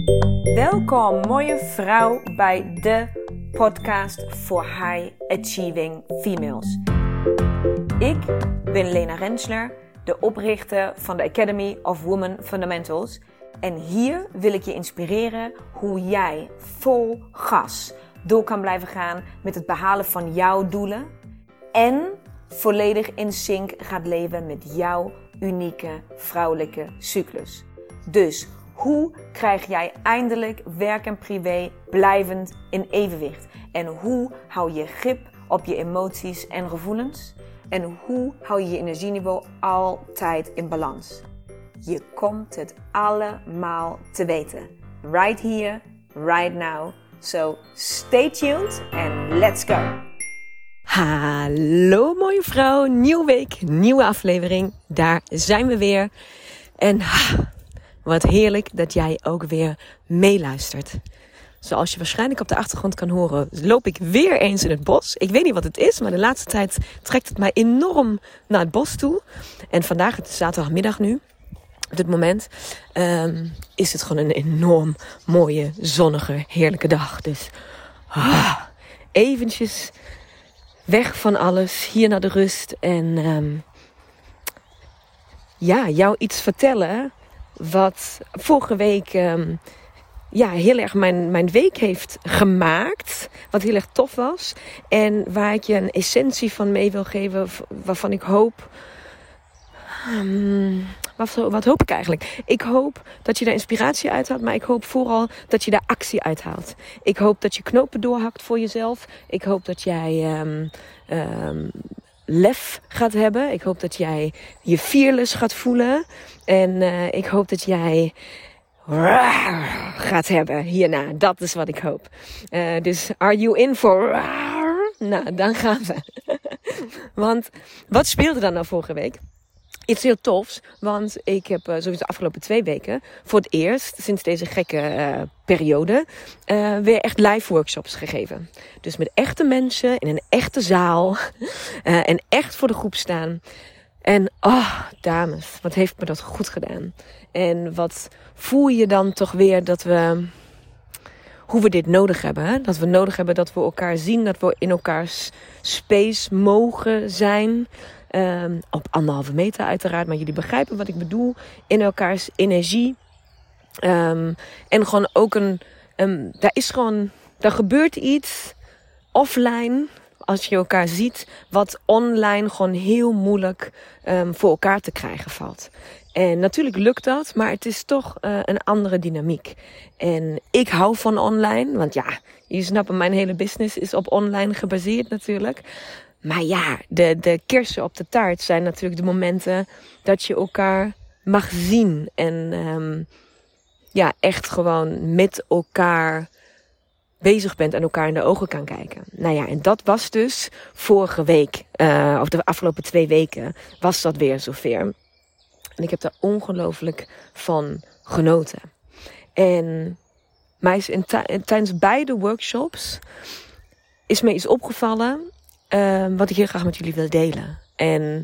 Welkom mooie vrouw bij de podcast voor High Achieving Females. Ik ben Lena Rensler, de oprichter van de Academy of Women Fundamentals. En hier wil ik je inspireren hoe jij vol gas door kan blijven gaan met het behalen van jouw doelen. En volledig in sync gaat leven met jouw unieke vrouwelijke cyclus. Dus hoe krijg jij eindelijk werk en privé blijvend in evenwicht? En hoe hou je grip op je emoties en gevoelens? En hoe hou je je energieniveau altijd in balans? Je komt het allemaal te weten. Right here, right now. So stay tuned and let's go. Hallo mooie vrouw, nieuwe week, nieuwe aflevering. Daar zijn we weer. En wat heerlijk dat jij ook weer meeluistert. Zoals je waarschijnlijk op de achtergrond kan horen, loop ik weer eens in het bos. Ik weet niet wat het is, maar de laatste tijd trekt het mij enorm naar het bos toe. En vandaag, het is zaterdagmiddag nu, op dit moment, is het gewoon een enorm mooie, zonnige, heerlijke dag. Dus eventjes weg van alles, hier naar de rust. En jou iets vertellen wat vorige week heel erg mijn week heeft gemaakt. Wat heel erg tof was. En waar ik je een essentie van mee wil geven. Waarvan ik hoop. Wat hoop ik eigenlijk? Ik hoop dat je daar inspiratie uithaalt. Maar ik hoop vooral dat je daar actie uithaalt. Ik hoop dat je knopen doorhakt voor jezelf. Ik hoop dat jij lef gaat hebben. Ik hoop dat jij je fearless gaat voelen. En ik hoop dat jij gaat hebben hierna. Dat is wat ik hoop. Dus are you in for? Nou, dan gaan we. Want wat speelde dan nou vorige week? Iets heel tofs, want ik heb sowieso de afgelopen 2 weken voor het eerst sinds deze gekke periode weer echt live workshops gegeven. Dus met echte mensen in een echte zaal en echt voor de groep staan. En dames, wat heeft me dat goed gedaan. En wat voel je dan toch weer hoe we dit nodig hebben. Hè? Dat we nodig hebben dat we elkaar zien, dat we in elkaars space mogen zijn. Op 1,5 meter uiteraard, maar jullie begrijpen wat ik bedoel. In elkaars energie. En gewoon ook daar gebeurt iets offline, als je elkaar ziet, wat online gewoon heel moeilijk voor elkaar te krijgen valt. En natuurlijk lukt dat, maar het is toch een andere dynamiek. En ik hou van online, want ja, je snapt, mijn hele business is op online gebaseerd natuurlijk. Maar ja, de kersen op de taart zijn natuurlijk de momenten dat je elkaar mag zien. En echt gewoon met elkaar bezig bent en elkaar in de ogen kan kijken. Nou ja, en dat was dus vorige week, of de afgelopen 2 weken, was dat weer zover. En ik heb daar ongelooflijk van genoten. En mij is tijdens beide workshops is me iets opgevallen wat ik heel graag met jullie wil delen. En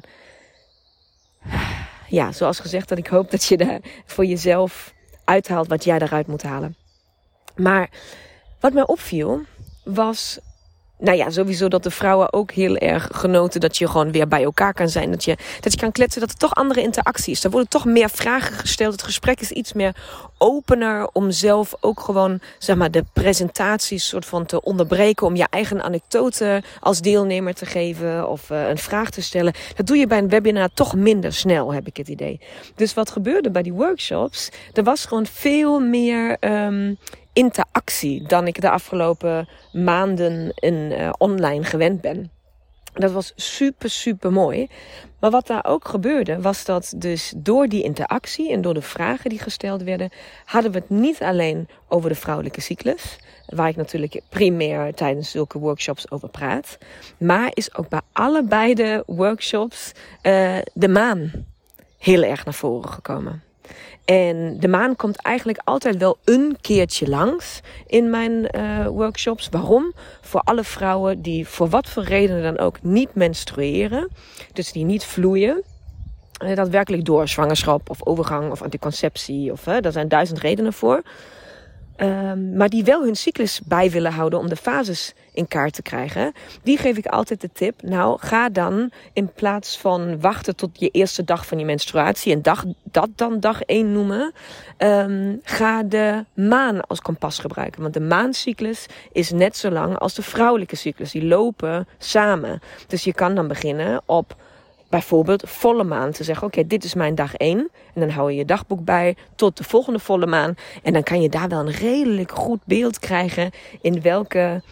ja, zoals gezegd, dat ik hoop dat je er voor jezelf uithaalt wat jij daaruit moet halen. Maar wat mij opviel was, sowieso dat de vrouwen ook heel erg genoten dat je gewoon weer bij elkaar kan zijn. Dat je kan kletsen, dat er toch andere interactie is. Er worden toch meer vragen gesteld. Het gesprek is iets meer opener om zelf ook gewoon, de presentaties soort van te onderbreken. Om je eigen anekdote als deelnemer te geven of een vraag te stellen. Dat doe je bij een webinar toch minder snel, heb ik het idee. Dus wat gebeurde bij die workshops? Er was gewoon veel meer interactie dan ik de afgelopen maanden online gewend ben. Dat was super, super mooi. Maar wat daar ook gebeurde, was dat dus door die interactie en door de vragen die gesteld werden, hadden we het niet alleen over de vrouwelijke cyclus, waar ik natuurlijk primair tijdens zulke workshops over praat, maar is ook bij allebei de workshops de maan heel erg naar voren gekomen. En de maan komt eigenlijk altijd wel een keertje langs in mijn workshops. Waarom? Voor alle vrouwen die voor wat voor redenen dan ook niet menstrueren. Dus die niet vloeien. Daadwerkelijk door zwangerschap of overgang of anticonceptie. Daar zijn 1000 redenen voor. maar die wel hun cyclus bij willen houden om de fases in kaart te krijgen. Die geef ik altijd de tip. Nou, ga dan in plaats van wachten tot je eerste dag van je menstruatie en dat dan dag 1 noemen. Ga de maan als kompas gebruiken. Want de maancyclus is net zo lang als de vrouwelijke cyclus. Die lopen samen. Dus je kan dan beginnen op bijvoorbeeld volle maan te zeggen, oké, dit is mijn dag 1. En dan hou je je dagboek bij tot de volgende volle maan. En dan kan je daar wel een redelijk goed beeld krijgen in welke,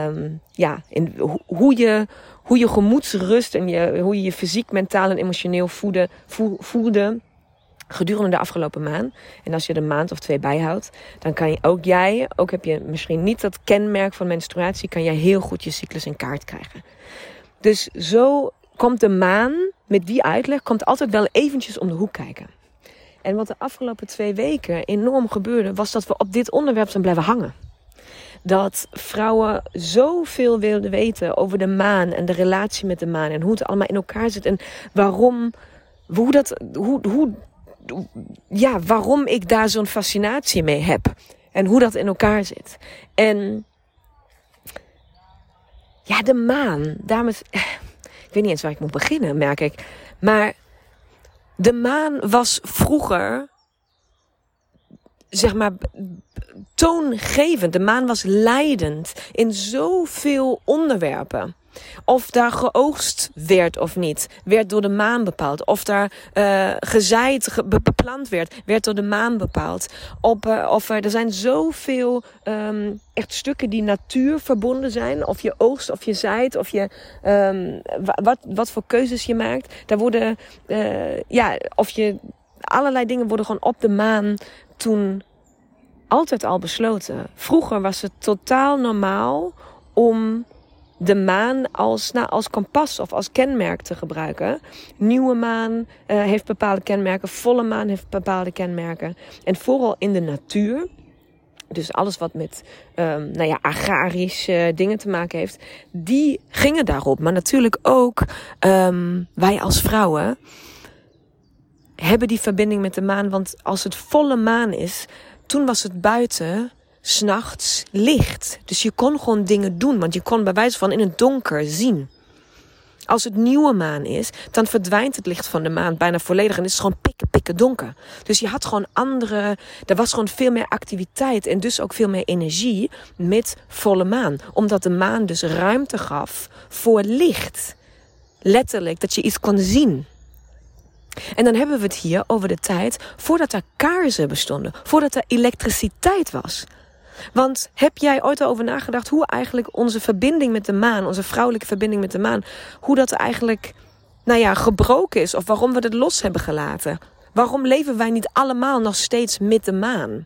hoe je gemoedsrust en hoe je je fysiek, mentaal en emotioneel voelde gedurende de afgelopen maand. En als je er een maand of 2 bijhoudt, dan kan je ook heb je misschien niet dat kenmerk van menstruatie, kan je heel goed je cyclus in kaart krijgen. Dus zo komt de maan, met die uitleg, komt altijd wel eventjes om de hoek kijken. En wat de afgelopen 2 weken enorm gebeurde, was dat we op dit onderwerp zijn blijven hangen. Dat vrouwen zoveel wilden weten over de maan en de relatie met de maan en hoe het allemaal in elkaar zit en waarom ik daar zo'n fascinatie mee heb en hoe dat in elkaar zit. En ja, de maan, dames, ik weet niet eens waar ik moet beginnen, merk ik. Maar de maan was vroeger, zeg maar, toongevend. De maan was leidend in zoveel onderwerpen. Of daar geoogst werd of niet, werd door de maan bepaald. Of daar gezaaid, beplant werd door de maan bepaald. Er zijn zoveel echt stukken die natuurverbonden zijn. Of je oogst, of je zaait, of je wat voor keuzes je maakt. Daar worden, allerlei dingen worden gewoon op de maan toen altijd al besloten. Vroeger was het totaal normaal om de maan als kompas of als kenmerk te gebruiken. Nieuwe maan heeft bepaalde kenmerken. Volle maan heeft bepaalde kenmerken. En vooral in de natuur. Dus alles wat met agrarische dingen te maken heeft. Die gingen daarop. Maar natuurlijk ook wij als vrouwen hebben die verbinding met de maan. Want als het volle maan is, toen was het buiten 's nachts licht. Dus je kon gewoon dingen doen. Want je kon bij wijze van in het donker zien. Als het nieuwe maan is, dan verdwijnt het licht van de maan bijna volledig. En is het gewoon pikken donker. Dus je had gewoon er was gewoon veel meer activiteit. En dus ook veel meer energie met volle maan. Omdat de maan dus ruimte gaf voor licht. Letterlijk, dat je iets kon zien. En dan hebben we het hier over de tijd voordat er kaarsen bestonden. Voordat er elektriciteit was. Want heb jij ooit over nagedacht hoe eigenlijk onze verbinding met de maan, onze vrouwelijke verbinding met de maan, hoe dat eigenlijk, gebroken is of waarom we het los hebben gelaten? Waarom leven wij niet allemaal nog steeds met de maan?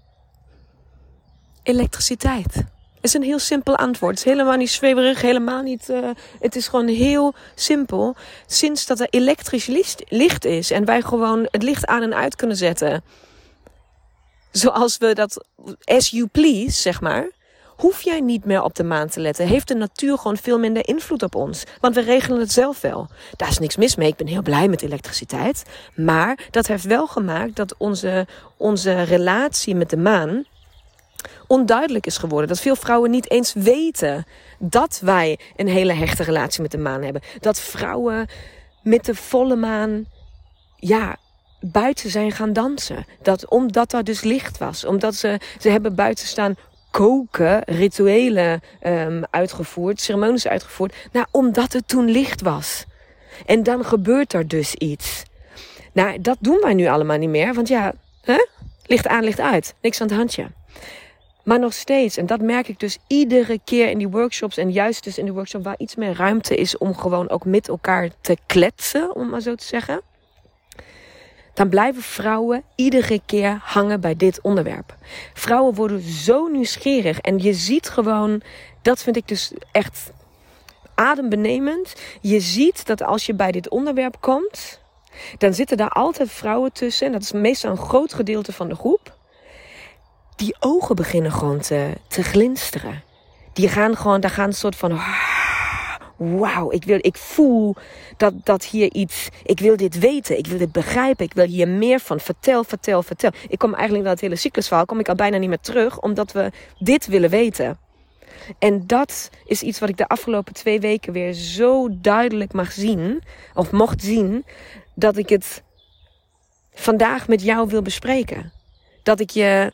Elektriciteit. Is een heel simpel antwoord. Het is helemaal niet zweverig, helemaal niet. Het is gewoon heel simpel. Sinds dat er elektrisch licht is en wij gewoon het licht aan en uit kunnen zetten, zoals we dat as you please, zeg maar, hoef jij niet meer op de maan te letten. Heeft de natuur gewoon veel minder invloed op ons. Want we regelen het zelf wel. Daar is niks mis mee. Ik ben heel blij met elektriciteit. Maar dat heeft wel gemaakt dat onze relatie met de maan onduidelijk is geworden. Dat veel vrouwen niet eens weten dat wij een hele hechte relatie met de maan hebben. Dat vrouwen met de volle maan, buiten zijn gaan dansen. Omdat er dus licht was. Omdat ze hebben buiten staan koken, rituelen uitgevoerd, ceremonies uitgevoerd. Omdat het toen licht was. En dan gebeurt er dus iets. Dat doen wij nu allemaal niet meer. Want licht aan, licht uit. Niks aan het handje. Maar nog steeds, en dat merk ik dus iedere keer in die workshops, en juist dus in de workshop waar iets meer ruimte is om gewoon ook met elkaar te kletsen, om maar zo te zeggen. Dan blijven vrouwen iedere keer hangen bij dit onderwerp. Vrouwen worden zo nieuwsgierig. En je ziet gewoon, dat vind ik dus echt adembenemend. Je ziet dat als je bij dit onderwerp komt, dan zitten daar altijd vrouwen tussen. En dat is meestal een groot gedeelte van de groep. Die ogen beginnen gewoon te glinsteren. Daar gaan een soort van wauw, ik voel dat hier iets, ik wil dit weten, ik wil dit begrijpen, ik wil hier meer van, vertel. Ik kom eigenlijk naar het hele cyclusverhaal, kom ik al bijna niet meer terug, omdat we dit willen weten. En dat is iets wat ik de afgelopen 2 weken weer zo duidelijk mocht zien, dat ik het vandaag met jou wil bespreken. Dat ik je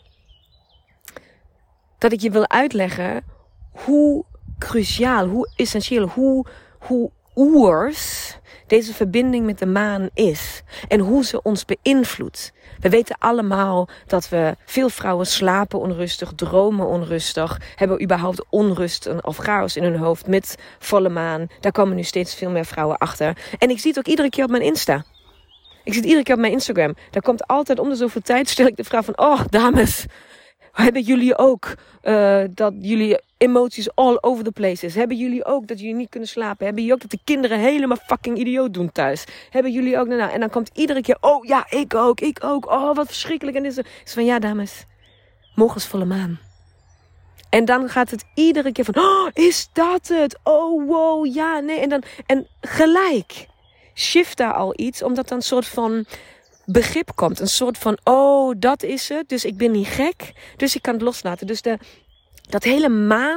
wil uitleggen hoe cruciaal, hoe essentieel, hoe oers deze verbinding met de maan is. En hoe ze ons beïnvloedt. We weten allemaal dat veel vrouwen slapen onrustig, dromen onrustig, hebben überhaupt onrust of chaos in hun hoofd met volle maan. Daar komen nu steeds veel meer vrouwen achter. En ik zie het ook iedere keer op mijn Insta. Ik zie het iedere keer op mijn Instagram. Daar komt altijd om de zoveel tijd, stel ik de vraag van, oh dames, hebben jullie ook dat jullie emoties all over the place is? Hebben jullie ook dat jullie niet kunnen slapen? Hebben jullie ook dat de kinderen helemaal fucking idioot doen thuis? Hebben jullie ook... En dan komt iedere keer... Oh ja, ik ook. Oh, wat verschrikkelijk. En dit is van, ja dames, morgen is volle maan. En dan gaat het iedere keer van... Oh, is dat het? Oh, wow, ja, nee. En gelijk shift daar al iets, omdat dan een soort van begrip komt. Een soort van, oh, dat is het. Dus ik ben niet gek. Dus ik kan het loslaten. Dus dat hele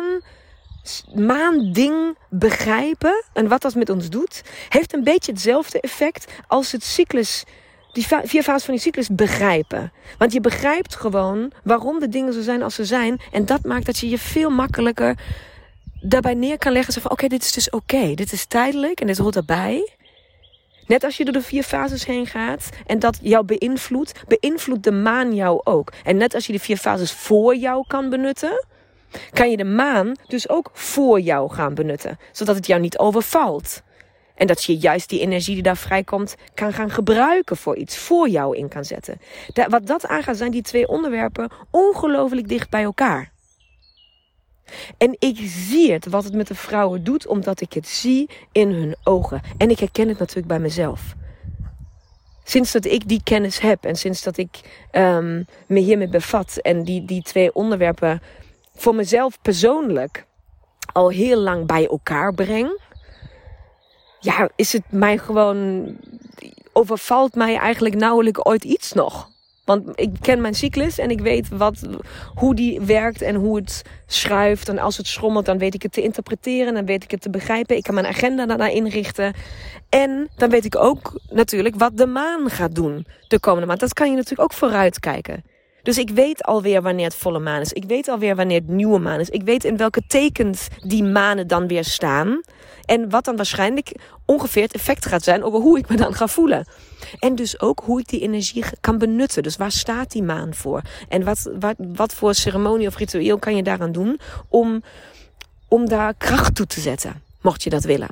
maanding begrijpen en wat dat met ons doet, heeft een beetje hetzelfde effect als het cyclus, die 4 fases van die cyclus begrijpen. Want je begrijpt gewoon waarom de dingen zo zijn als ze zijn. En dat maakt dat je je veel makkelijker daarbij neer kan leggen. Zo van, oké, dit is dus oké. Dit is tijdelijk en dit hoort erbij. Net als je door de 4 fases heen gaat en dat jou beïnvloedt de maan jou ook. En net als je de 4 fases voor jou kan benutten, kan je de maan dus ook voor jou gaan benutten. Zodat het jou niet overvalt. En dat je juist die energie die daar vrijkomt kan gaan gebruiken voor iets, voor jou in kan zetten. Wat dat aangaat zijn die 2 onderwerpen ongelooflijk dicht bij elkaar. En ik zie het, wat het met de vrouwen doet, omdat ik het zie in hun ogen. En ik herken het natuurlijk bij mezelf. Sinds dat ik die kennis heb en sinds dat ik me hiermee bevat en die 2 onderwerpen voor mezelf persoonlijk al heel lang bij elkaar breng, ja, is het mij gewoon, overvalt mij eigenlijk nauwelijks ooit iets nog. Want ik ken mijn cyclus en ik weet hoe die werkt en hoe het schuift. En als het schommelt, dan weet ik het te interpreteren. Dan weet ik het te begrijpen. Ik kan mijn agenda daarna inrichten. En dan weet ik ook natuurlijk wat de maan gaat doen de komende maand. Dat kan je natuurlijk ook vooruitkijken. Dus ik weet alweer wanneer het volle maan is. Ik weet alweer wanneer het nieuwe maan is. Ik weet in welke tekens die manen dan weer staan. En wat dan waarschijnlijk ongeveer het effect gaat zijn over hoe ik me dan ga voelen. En dus ook hoe ik die energie kan benutten. Dus waar staat die maan voor? En wat voor ceremonie of ritueel kan je daaraan doen om daar kracht toe te zetten, mocht je dat willen.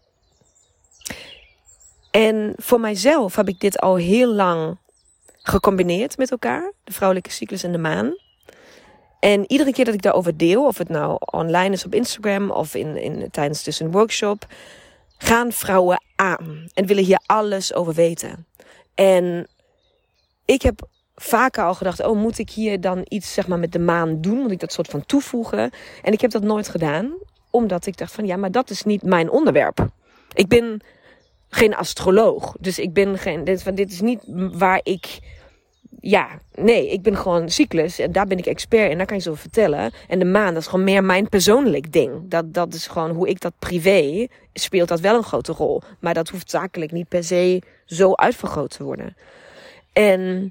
En voor mijzelf heb ik dit al heel lang gecombineerd met elkaar. De vrouwelijke cyclus en de maan. En iedere keer dat ik daarover deel, of het nou online is op Instagram of tijdens dus een workshop, gaan vrouwen aan en willen hier alles over weten. En ik heb vaker al gedacht, oh, moet ik hier dan iets zeg maar met de maan doen? Moet ik dat soort van toevoegen? En ik heb dat nooit gedaan, omdat ik dacht van, ja, maar dat is niet mijn onderwerp. Ik ben geen astroloog, dus ik ben dit is niet waar ik... Ja, nee, ik ben gewoon cyclus en daar ben ik expert in, daar kan je zo over vertellen. En de maan, dat is gewoon meer mijn persoonlijk ding. Dat is gewoon hoe ik dat privé, speelt dat wel een grote rol. Maar dat hoeft zakelijk niet per se zo uitvergroot te worden. En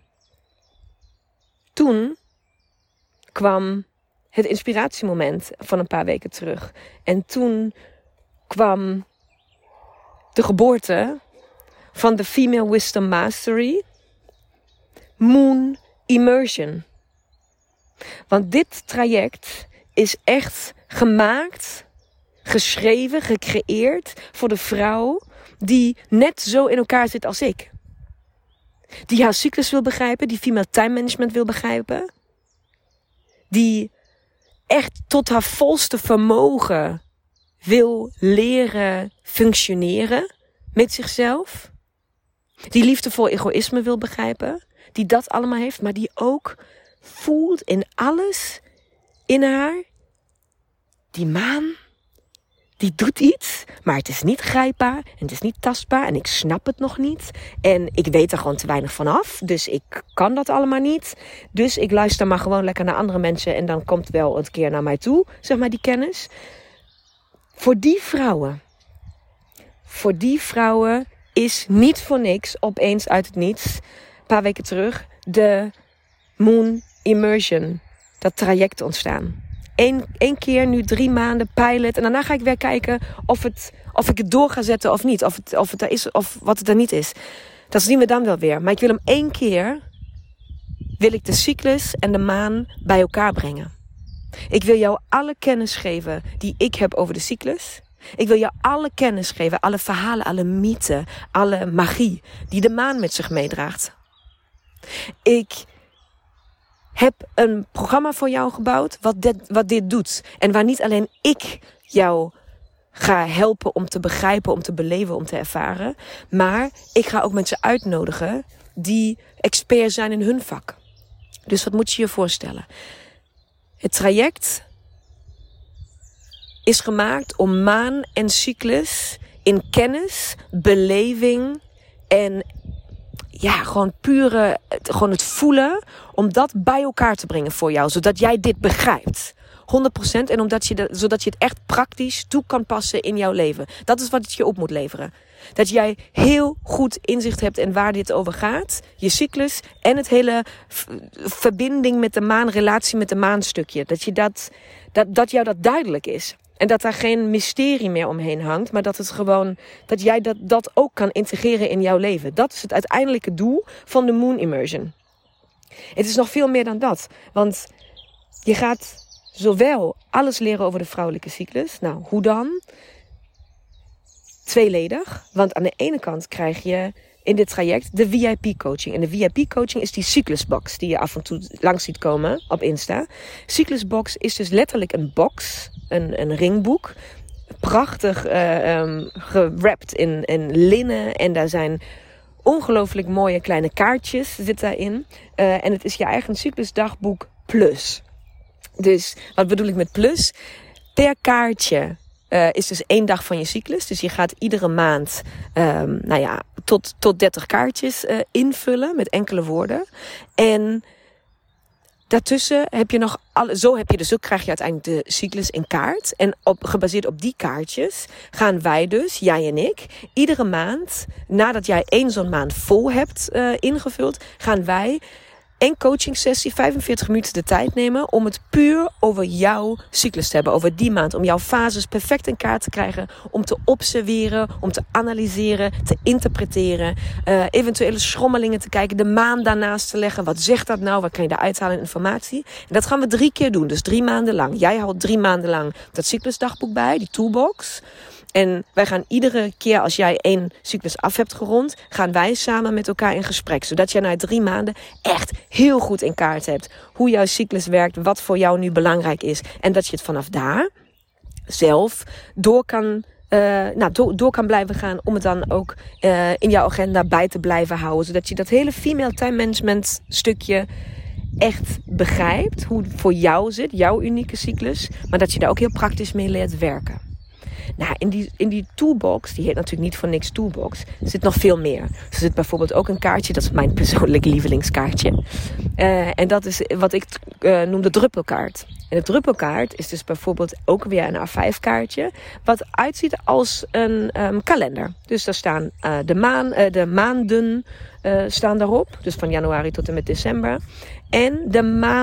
toen kwam het inspiratiemoment van een paar weken terug. En toen kwam de geboorte van de Female Wisdom Mastery Moon Immersion. Want dit traject is echt gemaakt, geschreven, gecreëerd voor de vrouw die net zo in elkaar zit als ik. Die haar cyclus wil begrijpen, die female time management wil begrijpen. Die echt tot haar volste vermogen wil leren functioneren met zichzelf. Die liefdevol egoïsme wil begrijpen. Die dat allemaal heeft, maar die ook voelt in alles in haar. Die maan, die doet iets, maar het is niet grijpbaar en het is niet tastbaar en ik snap het nog niet. En ik weet er gewoon te weinig van af, dus ik kan dat allemaal niet. Dus ik luister maar gewoon lekker naar andere mensen en dan komt wel een keer naar mij toe, zeg maar, die kennis. Voor die vrouwen is niet voor niks opeens uit het niets, een paar weken terug, de Moon Immersion, dat traject ontstaan. Eén keer nu 3 maanden pilot. En daarna ga ik weer kijken of ik het door ga zetten of niet. Of het er is of wat het er niet is. Dat zien we dan wel weer. Maar ik wil hem 1 keer, wil ik de cyclus en de maan bij elkaar brengen. Ik wil jou alle kennis geven die ik heb over de cyclus. Ik wil jou alle kennis geven, alle verhalen, alle mythen, alle magie die de maan met zich meedraagt. Ik heb een programma voor jou gebouwd wat dit doet. En waar niet alleen ik jou ga helpen om te begrijpen, om te beleven, om te ervaren. Maar ik ga ook mensen uitnodigen die expert zijn in hun vak. Dus wat moet je je voorstellen? Het traject is gemaakt om maan en cyclus in kennis, beleving en gewoon gewoon het voelen, om dat bij elkaar te brengen voor jou, zodat jij dit begrijpt. 100% en zodat je het echt praktisch toe kan passen in jouw leven. Dat is wat het je op moet leveren. Dat jij heel goed inzicht hebt in waar dit over gaat. Je cyclus en het hele verbinding met de maan, relatie met de maanstukje. Dat jou dat duidelijk is. En dat daar geen mysterie meer omheen hangt. Maar dat het gewoon, dat jij dat ook kan integreren in jouw leven. Dat is het uiteindelijke doel van de Moon Immersion. Het is nog veel meer dan dat. Want je gaat zowel alles leren over de vrouwelijke cyclus. Nou, hoe dan? Tweeledig. Want aan de ene kant krijg je in dit traject de VIP-coaching. En de VIP-coaching is die cyclusbox die je af en toe langs ziet komen op Insta. Cyclusbox is dus letterlijk een box, een ringboek. Prachtig gewrapt in linnen. En daar zijn ongelooflijk mooie kleine kaartjes zit daarin. En het is je eigen cyclusdagboek plus. Dus wat bedoel ik met plus? Per kaartje is dus 1 dag van je cyclus. Dus je gaat iedere maand tot 30 kaartjes invullen met enkele woorden. En daartussen heb je nog zo krijg je uiteindelijk de cyclus in kaart. En gebaseerd op die kaartjes gaan wij dus, jij en ik, iedere maand, nadat jij 1 zo'n maand vol hebt ingevuld, gaan wij 1 coaching sessie, 45 minuten de tijd nemen om het puur over jouw cyclus te hebben, over die maand. Om jouw fases perfect in kaart te krijgen, om te observeren, om te analyseren, te interpreteren, eventuele schommelingen te kijken, de maan daarnaast te leggen. Wat zegt dat nou? Wat kan je daaruit halen in informatie? En dat gaan we 3 keer doen, dus 3 maanden lang. Jij houdt 3 maanden lang dat cyclusdagboek bij, die toolbox. En wij gaan iedere keer als jij 1 cyclus af hebt gerond, gaan wij samen met elkaar in gesprek. Zodat jij na 3 maanden echt heel goed in kaart hebt hoe jouw cyclus werkt, wat voor jou nu belangrijk is. En dat je het vanaf daar zelf door kan blijven gaan om het dan ook in jouw agenda bij te blijven houden. Zodat je dat hele female time management stukje echt begrijpt, hoe het voor jou zit, jouw unieke cyclus. Maar dat je daar ook heel praktisch mee leert werken. Nou, in die toolbox, die heet natuurlijk niet voor niks toolbox, zit nog veel meer. Er zit bijvoorbeeld ook een kaartje, dat is mijn persoonlijk lievelingskaartje. En dat is wat ik noem de druppelkaart. En de druppelkaart is dus bijvoorbeeld ook weer een A5 kaartje, wat uitziet als een kalender. Dus daar staan de maanden staan daarop, dus van januari tot en met december. En de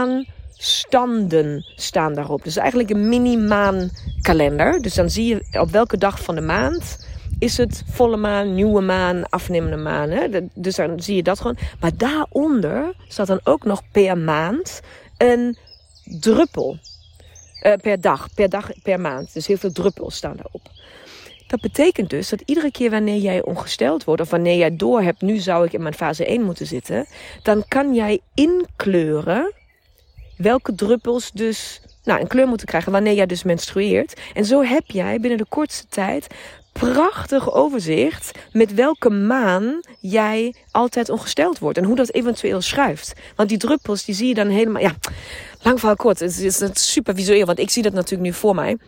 maanstanden staan daarop. Dus eigenlijk een mini-maankalender. Dus dan zie je op welke dag van de maand is het volle maan, nieuwe maan, afnemende maan. Hè? Dus dan zie je dat gewoon. Maar daaronder staat dan ook nog per maand een druppel. Per dag, per maand. Dus heel veel druppels staan daarop. Dat betekent dus dat iedere keer wanneer jij ongesteld wordt, of wanneer jij doorhebt, nu zou ik in mijn fase 1 moeten zitten, dan kan jij inkleuren welke druppels dus een kleur moeten krijgen wanneer jij dus menstrueert. En zo heb jij binnen de kortste tijd prachtig overzicht met welke maan jij altijd ongesteld wordt. En hoe dat eventueel schuift. Want die druppels, die zie je dan helemaal, lang verhaal kort. Het is super visueel, want ik zie dat natuurlijk nu voor mij.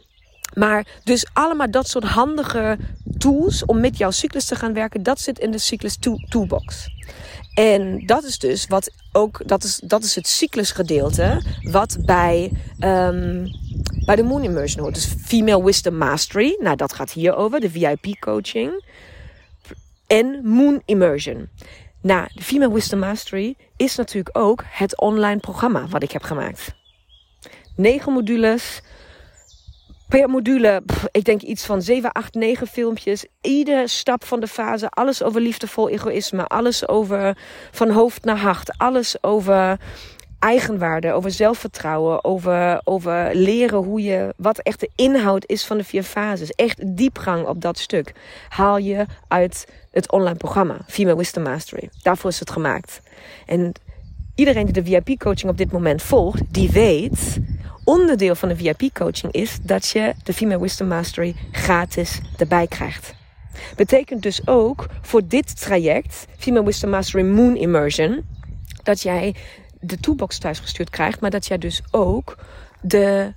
Maar dus allemaal dat soort handige tools om met jouw cyclus te gaan werken, dat zit in de cyclus toolbox. En dat is dus wat ook, dat is het cyclusgedeelte wat bij de Moon Immersion hoort. Dus Female Wisdom Mastery, nou dat gaat hier over, de VIP coaching. En Moon Immersion. Nou, de Female Wisdom Mastery is natuurlijk ook het online programma wat ik heb gemaakt. 9 modules. Per module, ik denk iets van 7, 8, 9 filmpjes. Iedere stap van de fase. Alles over liefdevol egoïsme. Alles over van hoofd naar hart. Alles over eigenwaarde. Over zelfvertrouwen. Over leren wat echt de inhoud is van de 4 fases. Echt diepgang op dat stuk. Haal je uit het online programma. Female Wisdom Mastery. Daarvoor is het gemaakt. En iedereen die de VIP coaching op dit moment volgt, die weet, onderdeel van de VIP-coaching is dat je de Female Wisdom Mastery gratis erbij krijgt. Betekent dus ook voor dit traject, Female Wisdom Mastery Moon Immersion, dat jij de toolbox thuisgestuurd krijgt, maar dat jij dus ook de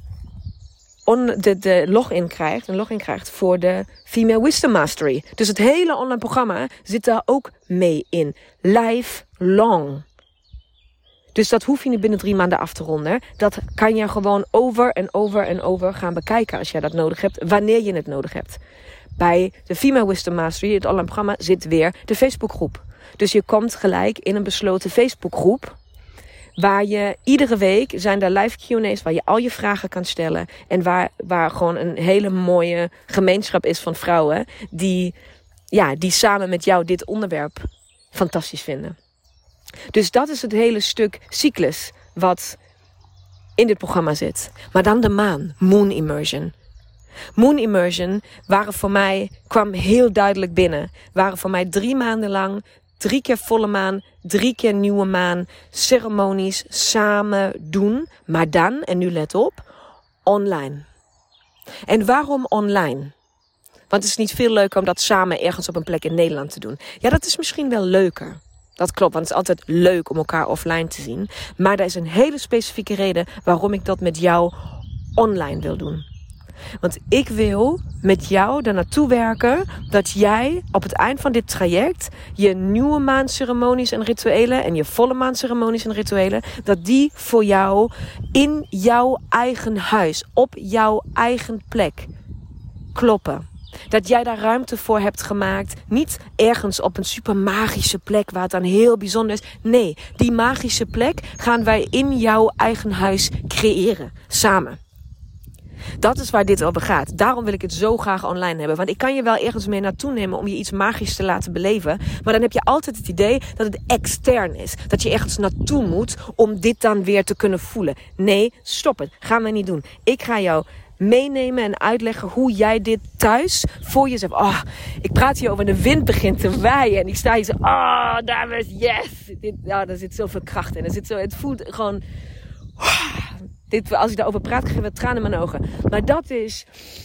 login krijgt voor de Female Wisdom Mastery. Dus het hele online programma zit daar ook mee in. Lifelong. Dus dat hoef je niet binnen 3 maanden af te ronden. Dat kan je gewoon over en over en over gaan bekijken als jij dat nodig hebt, wanneer je het nodig hebt. Bij de Female Wisdom Mastery, het online programma, zit weer de Facebookgroep. Dus je komt gelijk in een besloten Facebookgroep, waar je iedere week zijn er live Q&A's waar je al je vragen kan stellen. En waar gewoon een hele mooie gemeenschap is van vrouwen die samen met jou dit onderwerp fantastisch vinden. Dus dat is het hele stuk cyclus wat in dit programma zit. Maar dan de maan, Moon Immersion. Moon Immersion kwam heel duidelijk binnen. Waren voor mij 3 maanden lang, 3 keer volle maan, 3 keer nieuwe maan, ceremonies samen doen. Maar dan, en nu let op, online. En waarom online? Want het is niet veel leuker om dat samen ergens op een plek in Nederland te doen. Ja, dat is misschien wel leuker. Dat klopt, want het is altijd leuk om elkaar offline te zien. Maar er is een hele specifieke reden waarom ik dat met jou online wil doen. Want ik wil met jou er naartoe werken dat jij op het eind van dit traject je nieuwe maanceremonies en rituelen en je volle maanceremonies en rituelen, dat die voor jou in jouw eigen huis, op jouw eigen plek kloppen. Dat jij daar ruimte voor hebt gemaakt. Niet ergens op een super magische plek waar het dan heel bijzonder is. Nee, die magische plek gaan wij in jouw eigen huis creëren. Samen. Dat is waar dit over gaat. Daarom wil ik het zo graag online hebben. Want ik kan je wel ergens mee naartoe nemen om je iets magisch te laten beleven. Maar dan heb je altijd het idee dat het extern is. Dat je ergens naartoe moet om dit dan weer te kunnen voelen. Nee, stop het. Gaan we niet doen. Ik ga jou meenemen en uitleggen hoe jij dit thuis voor jezelf. Oh, ik praat hier over de wind begint te waaien. En ik sta hier zo, dames, yes. Daar zit zoveel kracht in. Het voelt gewoon. Als ik daarover praat, krijg ik wat tranen in mijn ogen. Maar dat is.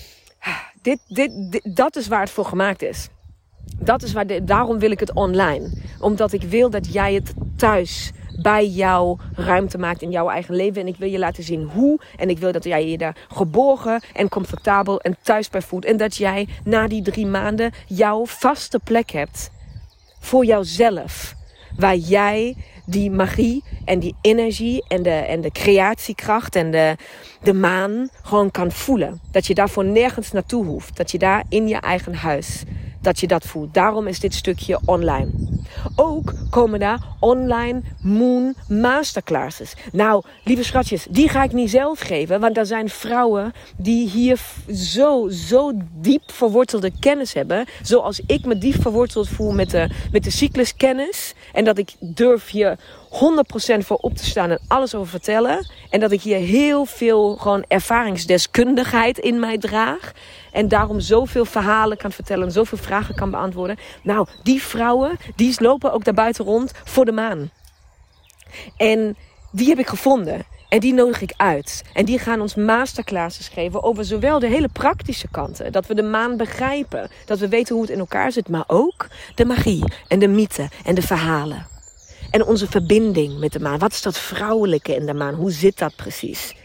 Dat is waar het voor gemaakt is. Daarom wil ik het online. Omdat ik wil dat jij het thuis bij jou ruimte maakt in jouw eigen leven. En ik wil je laten zien hoe. En ik wil dat jij je daar geborgen en comfortabel en thuis bij voelt. En dat jij na die 3 maanden jouw vaste plek hebt. Voor jouzelf. Waar jij die magie en die energie en de creatiekracht en de maan gewoon kan voelen. Dat je daarvoor nergens naartoe hoeft. Dat je daar in je eigen huis, dat je dat voelt. Daarom is dit stukje online. Ook komen daar online Moon Masterclasses. Nou, lieve schatjes, die ga ik niet zelf geven. Want er zijn vrouwen die hier zo diep verwortelde kennis hebben. Zoals ik me diep verworteld voel met de cycluskennis. En dat ik durf hier 100% voor op te staan en alles over vertellen. En dat ik hier heel veel gewoon ervaringsdeskundigheid in mij draag. En daarom zoveel verhalen kan vertellen en zoveel vragen kan beantwoorden. Nou, die vrouwen, die lopen ook daar buiten rond voor de maan. En die heb ik gevonden. En die nodig ik uit. En die gaan ons masterclasses geven over zowel de hele praktische kanten. Dat we de maan begrijpen. Dat we weten hoe het in elkaar zit. Maar ook de magie en de mythe en de verhalen. En onze verbinding met de maan. Wat is dat vrouwelijke in de maan? Hoe zit dat precies?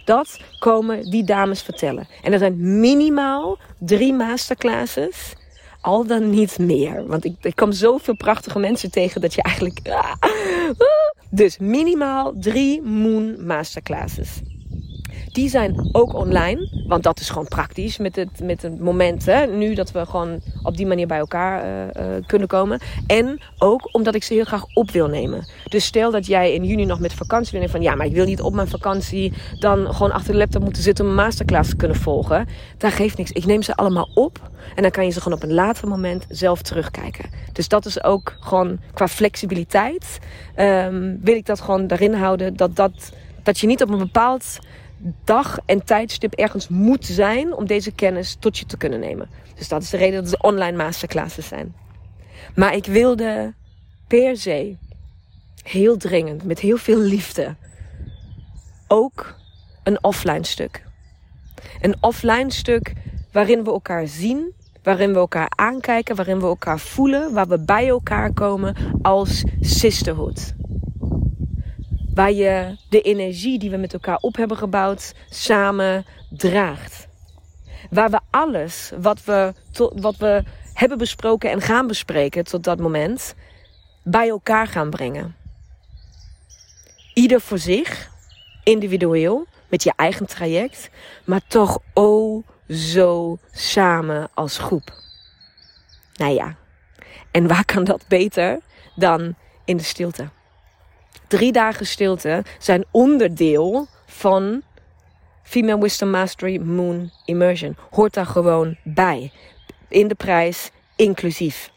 Dat komen die dames vertellen. En er zijn minimaal 3 masterclasses. Al dan niet meer. Want ik kom zoveel prachtige mensen tegen dat je eigenlijk... Dus minimaal 3 Moon masterclasses. Die zijn ook online, want dat is gewoon praktisch met het moment, hè, nu dat we gewoon op die manier bij elkaar kunnen komen. En ook omdat ik ze heel graag op wil nemen. Dus stel dat jij in juni nog met vakantie wil nemen van ja, maar ik wil niet op mijn vakantie dan gewoon achter de laptop moeten zitten om een masterclass te kunnen volgen. Dat geeft niks. Ik neem ze allemaal op en dan kan je ze gewoon op een later moment zelf terugkijken. Dus dat is ook gewoon qua flexibiliteit wil ik dat gewoon daarin houden dat je niet op een bepaald dag en tijdstip ergens moet zijn om deze kennis tot je te kunnen nemen. Dus dat is de reden dat het online masterclasses zijn. Maar ik wilde per se, heel dringend, met heel veel liefde, ook een offline stuk. Een offline stuk waarin we elkaar zien, waarin we elkaar aankijken, waarin we elkaar voelen, waar we bij elkaar komen als sisterhood. Waar je de energie die we met elkaar op hebben gebouwd samen draagt. Waar we alles wat we hebben besproken en gaan bespreken tot dat moment bij elkaar gaan brengen. Ieder voor zich, individueel, met je eigen traject, maar toch zo samen als groep. Nou ja, en waar kan dat beter dan in de stilte? 3 dagen stilte zijn onderdeel van Female Wisdom Mastery Moon Immersion. Hoort daar gewoon bij. In de prijs, inclusief.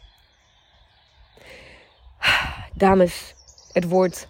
Dames, het wordt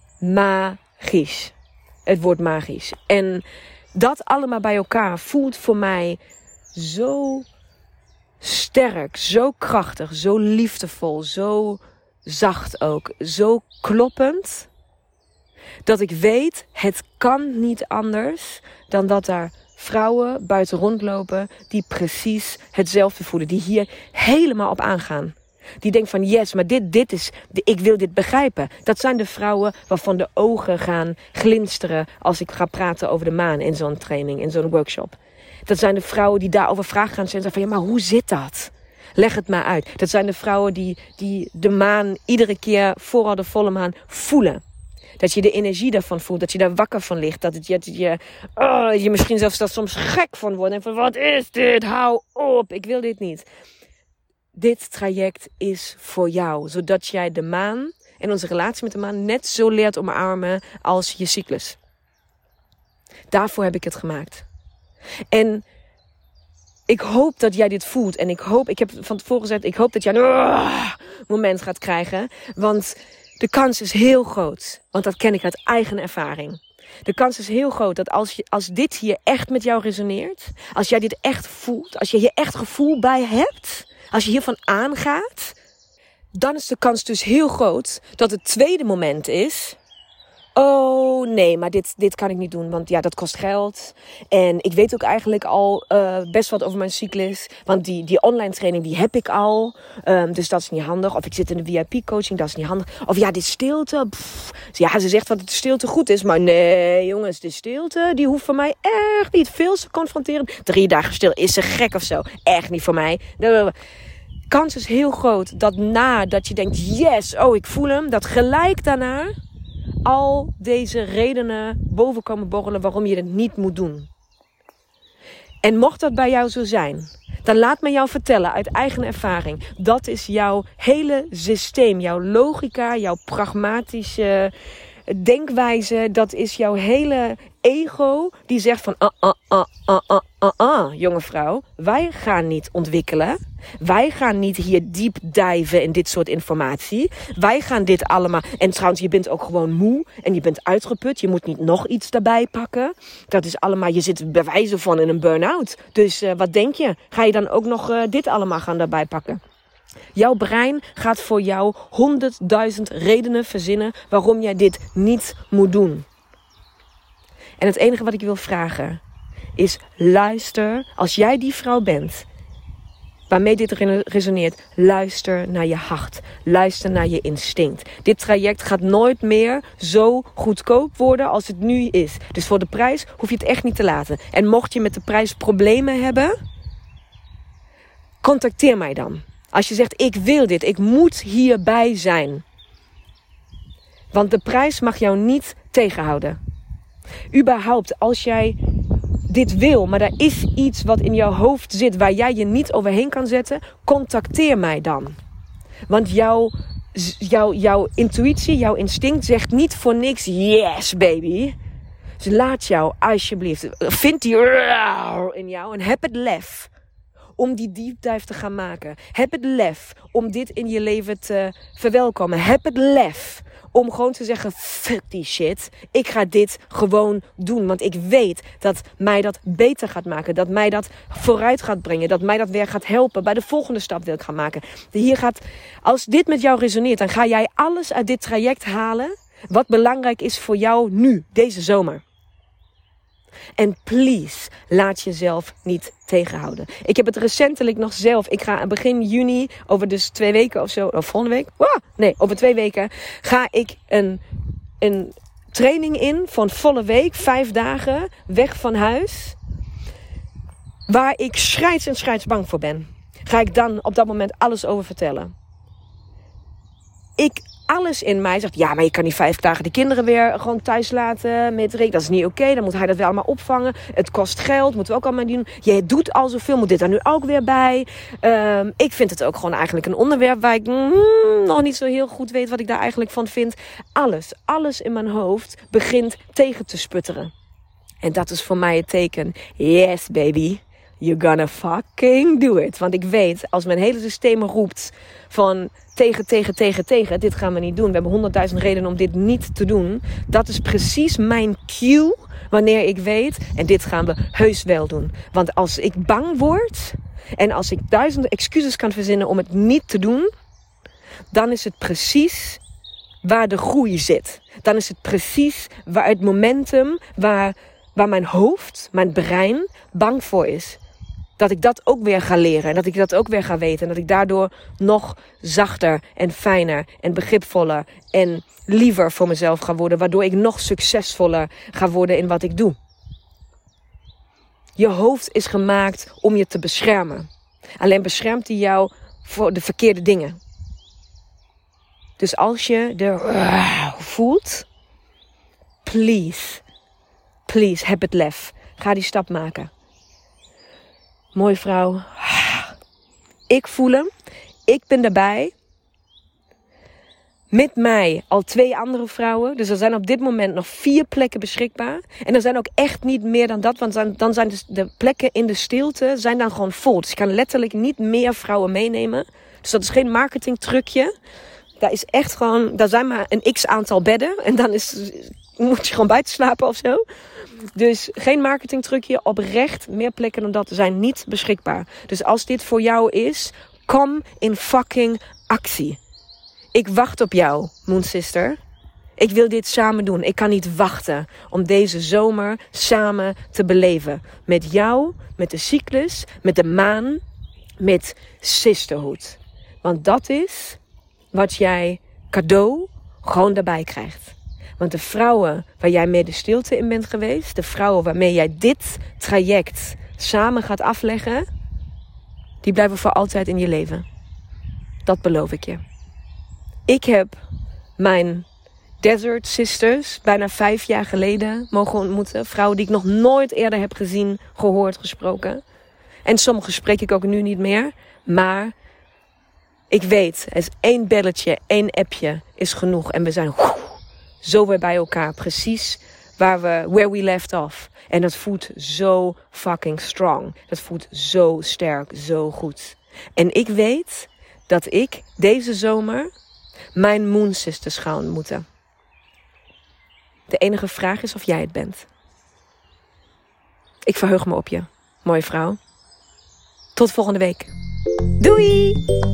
magisch. Het wordt magisch. En dat allemaal bij elkaar voelt voor mij zo sterk, zo krachtig, zo liefdevol, zo zacht ook, zo kloppend, dat ik weet, het kan niet anders dan dat daar vrouwen buiten rondlopen die precies hetzelfde voelen, die hier helemaal op aangaan. Die denken van yes, maar dit is, ik wil dit begrijpen. Dat zijn de vrouwen waarvan de ogen gaan glinsteren als ik ga praten over de maan in zo'n training, in zo'n workshop. Dat zijn de vrouwen die daarover vragen gaan stellen van ja, maar hoe zit dat? Leg het maar uit. Dat zijn de vrouwen die de maan iedere keer vooral de volle maan voelen. Dat je de energie daarvan voelt. Dat je daar wakker van ligt. Dat je misschien zelfs daar soms gek van wordt. En van wat is dit? Hou op. Ik wil dit niet. Dit traject is voor jou. Zodat jij de maan en onze relatie met de maan net zo leert omarmen als je cyclus. Daarvoor heb ik het gemaakt. En ik hoop dat jij dit voelt. En ik heb van tevoren gezegd, ik hoop dat jij een moment gaat krijgen. Want de kans is heel groot. Want dat ken ik uit eigen ervaring. De kans is heel groot dat als dit hier echt met jou resoneert. Als jij dit echt voelt. Als je hier echt gevoel bij hebt. Als je hiervan aangaat. Dan is de kans dus heel groot dat het tweede moment is. Oh nee, maar dit kan ik niet doen, want ja, dat kost geld. En ik weet ook eigenlijk al best wat over mijn cyclus. Want die online training, die heb ik al. Dus dat is niet handig. Of ik zit in de VIP-coaching, dat is niet handig. Of ja, die stilte. Ja, ze zegt dat de stilte goed is. Maar nee, jongens, de stilte, die hoeft voor mij echt niet veel te confronteren. 3 dagen stil, is ze gek of zo? Echt niet voor mij. De kans is heel groot dat nadat je denkt, yes, oh, ik voel hem. Dat gelijk daarna al deze redenen boven komen borrelen waarom je het niet moet doen. En mocht dat bij jou zo zijn, dan laat me jou vertellen uit eigen ervaring. Dat is jouw hele systeem, jouw logica, jouw pragmatische denkwijze. Dat is jouw hele ego die zegt van jonge vrouw, wij gaan niet ontwikkelen. Wij gaan niet hier diep diven in dit soort informatie. Wij gaan dit allemaal. En trouwens, je bent ook gewoon moe en je bent uitgeput. Je moet niet nog iets daarbij pakken. Dat is allemaal, je zit bij wijze van in een burn-out. Dus wat denk je? Ga je dan ook nog dit allemaal gaan daarbij pakken? Jouw brein gaat voor jou 100.000 redenen verzinnen waarom jij dit niet moet doen. En het enige wat ik wil vragen is, luister, als jij die vrouw bent waarmee dit resoneert, luister naar je hart. Luister naar je instinct. Dit traject gaat nooit meer zo goedkoop worden als het nu is. Dus voor de prijs hoef je het echt niet te laten. En mocht je met de prijs problemen hebben, contacteer mij dan. Als je zegt, ik wil dit, ik moet hierbij zijn. Want de prijs mag jou niet tegenhouden. Überhaupt, als jij dit wil, maar er is iets wat in jouw hoofd zit waar jij je niet overheen kan zetten, contacteer mij dan. Want jouw intuïtie, jouw instinct zegt niet voor niks yes baby. Dus laat jou alsjeblieft, vind die in jou en heb het lef om die deep dive te gaan maken. Heb het lef om dit in je leven te verwelkomen. Heb het lef om gewoon te zeggen, fuck die shit. Ik ga dit gewoon doen. Want ik weet dat mij dat beter gaat maken. Dat mij dat vooruit gaat brengen. Dat mij dat weer gaat helpen bij de volgende stap die ik ga maken. Als dit met jou resoneert, dan ga jij alles uit dit traject halen wat belangrijk is voor jou nu, deze zomer. En please, laat jezelf niet tegenhouden. Ik heb het recentelijk nog zelf. Ik ga begin juni, over dus 2 weken of zo, of volgende week? Over 2 weken ga ik een training in van volle week, 5 dagen, weg van huis. Waar ik schrijts bang voor ben. Ga ik dan op dat moment alles over vertellen. Alles in mij zegt, ja, maar je kan niet 5 dagen de kinderen weer gewoon thuis laten met Rick. Dat is niet oké, dan moet hij dat wel allemaal opvangen. Het kost geld, moeten we ook allemaal doen. Jij doet al zoveel, moet dit daar nu ook weer bij. Ik vind het ook gewoon eigenlijk een onderwerp waar ik nog niet zo heel goed weet wat ik daar eigenlijk van vind. Alles in mijn hoofd begint tegen te sputteren. En dat is voor mij het teken, yes baby, you're gonna fucking do it. Want ik weet, als mijn hele systeem roept van tegen, dit gaan we niet doen. We hebben 100.000 redenen om dit niet te doen. Dat is precies mijn cue wanneer ik weet, en dit gaan we heus wel doen. Want als ik bang word en als ik 1000 excuses kan verzinnen om het niet te doen, dan is het precies waar de groei zit. Dan is het precies waar het momentum, waar mijn hoofd, mijn brein bang voor is. Dat ik dat ook weer ga leren. En dat ik dat ook weer ga weten. En dat ik daardoor nog zachter en fijner en begripvoller en liever voor mezelf ga worden. Waardoor ik nog succesvoller ga worden in wat ik doe. Je hoofd is gemaakt om je te beschermen. Alleen beschermt hij jou voor de verkeerde dingen. Dus als je er voelt, please, heb het lef. Ga die stap maken. Mooi vrouw. Ik voel hem. Ik ben erbij. Met mij al 2 andere vrouwen. Dus er zijn op dit moment nog 4 plekken beschikbaar. En er zijn ook echt niet meer dan dat. Want dan zijn de plekken in de stilte zijn dan gewoon vol. Dus je kan letterlijk niet meer vrouwen meenemen. Dus dat is geen marketingtrucje. Daar is echt gewoon, daar zijn maar een x-aantal bedden. En dan moet je gewoon buiten slapen of zo. Dus geen marketingtrucje, oprecht, meer plekken dan dat zijn niet beschikbaar. Dus als dit voor jou is, kom in fucking actie. Ik wacht op jou, Moon Sister. Ik wil dit samen doen. Ik kan niet wachten om deze zomer samen te beleven. Met jou, met de cyclus, met de maan, met sisterhood. Want dat is wat jij cadeau gewoon daarbij krijgt. Want de vrouwen waar jij mee de stilte in bent geweest, de vrouwen waarmee jij dit traject samen gaat afleggen, die blijven voor altijd in je leven. Dat beloof ik je. Ik heb mijn Desert Sisters bijna 5 jaar geleden mogen ontmoeten. Vrouwen die ik nog nooit eerder heb gezien, gehoord, gesproken. En sommige spreek ik ook nu niet meer. Maar ik weet, er is 1 belletje, 1 appje is genoeg. En we zijn zo weer bij elkaar. Precies where we left off. En dat voelt zo fucking strong. Dat voelt zo sterk, zo goed. En ik weet dat ik deze zomer mijn Moon Sisters ga ontmoeten. De enige vraag is of jij het bent. Ik verheug me op je, mooie vrouw. Tot volgende week. Doei!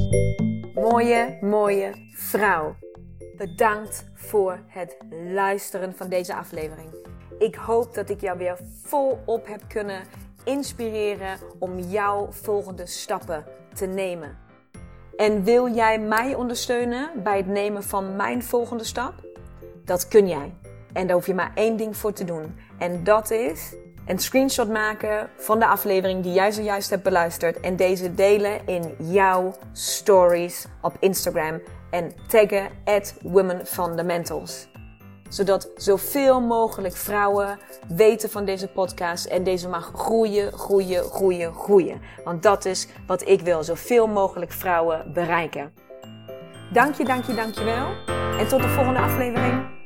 Mooie vrouw. Bedankt voor het luisteren van deze aflevering. Ik hoop dat ik jou weer volop heb kunnen inspireren om jouw volgende stappen te nemen. En wil jij mij ondersteunen bij het nemen van mijn volgende stap? Dat kun jij. En daar hoef je maar 1 ding voor te doen. En dat is een screenshot maken van de aflevering die jij zojuist hebt beluisterd. En deze delen in jouw stories op Instagram. En taggen @womenfundamentals. Zodat zoveel mogelijk vrouwen weten van deze podcast. En deze mag groeien. Want dat is wat ik wil. Zoveel mogelijk vrouwen bereiken. Dank je wel. En tot de volgende aflevering.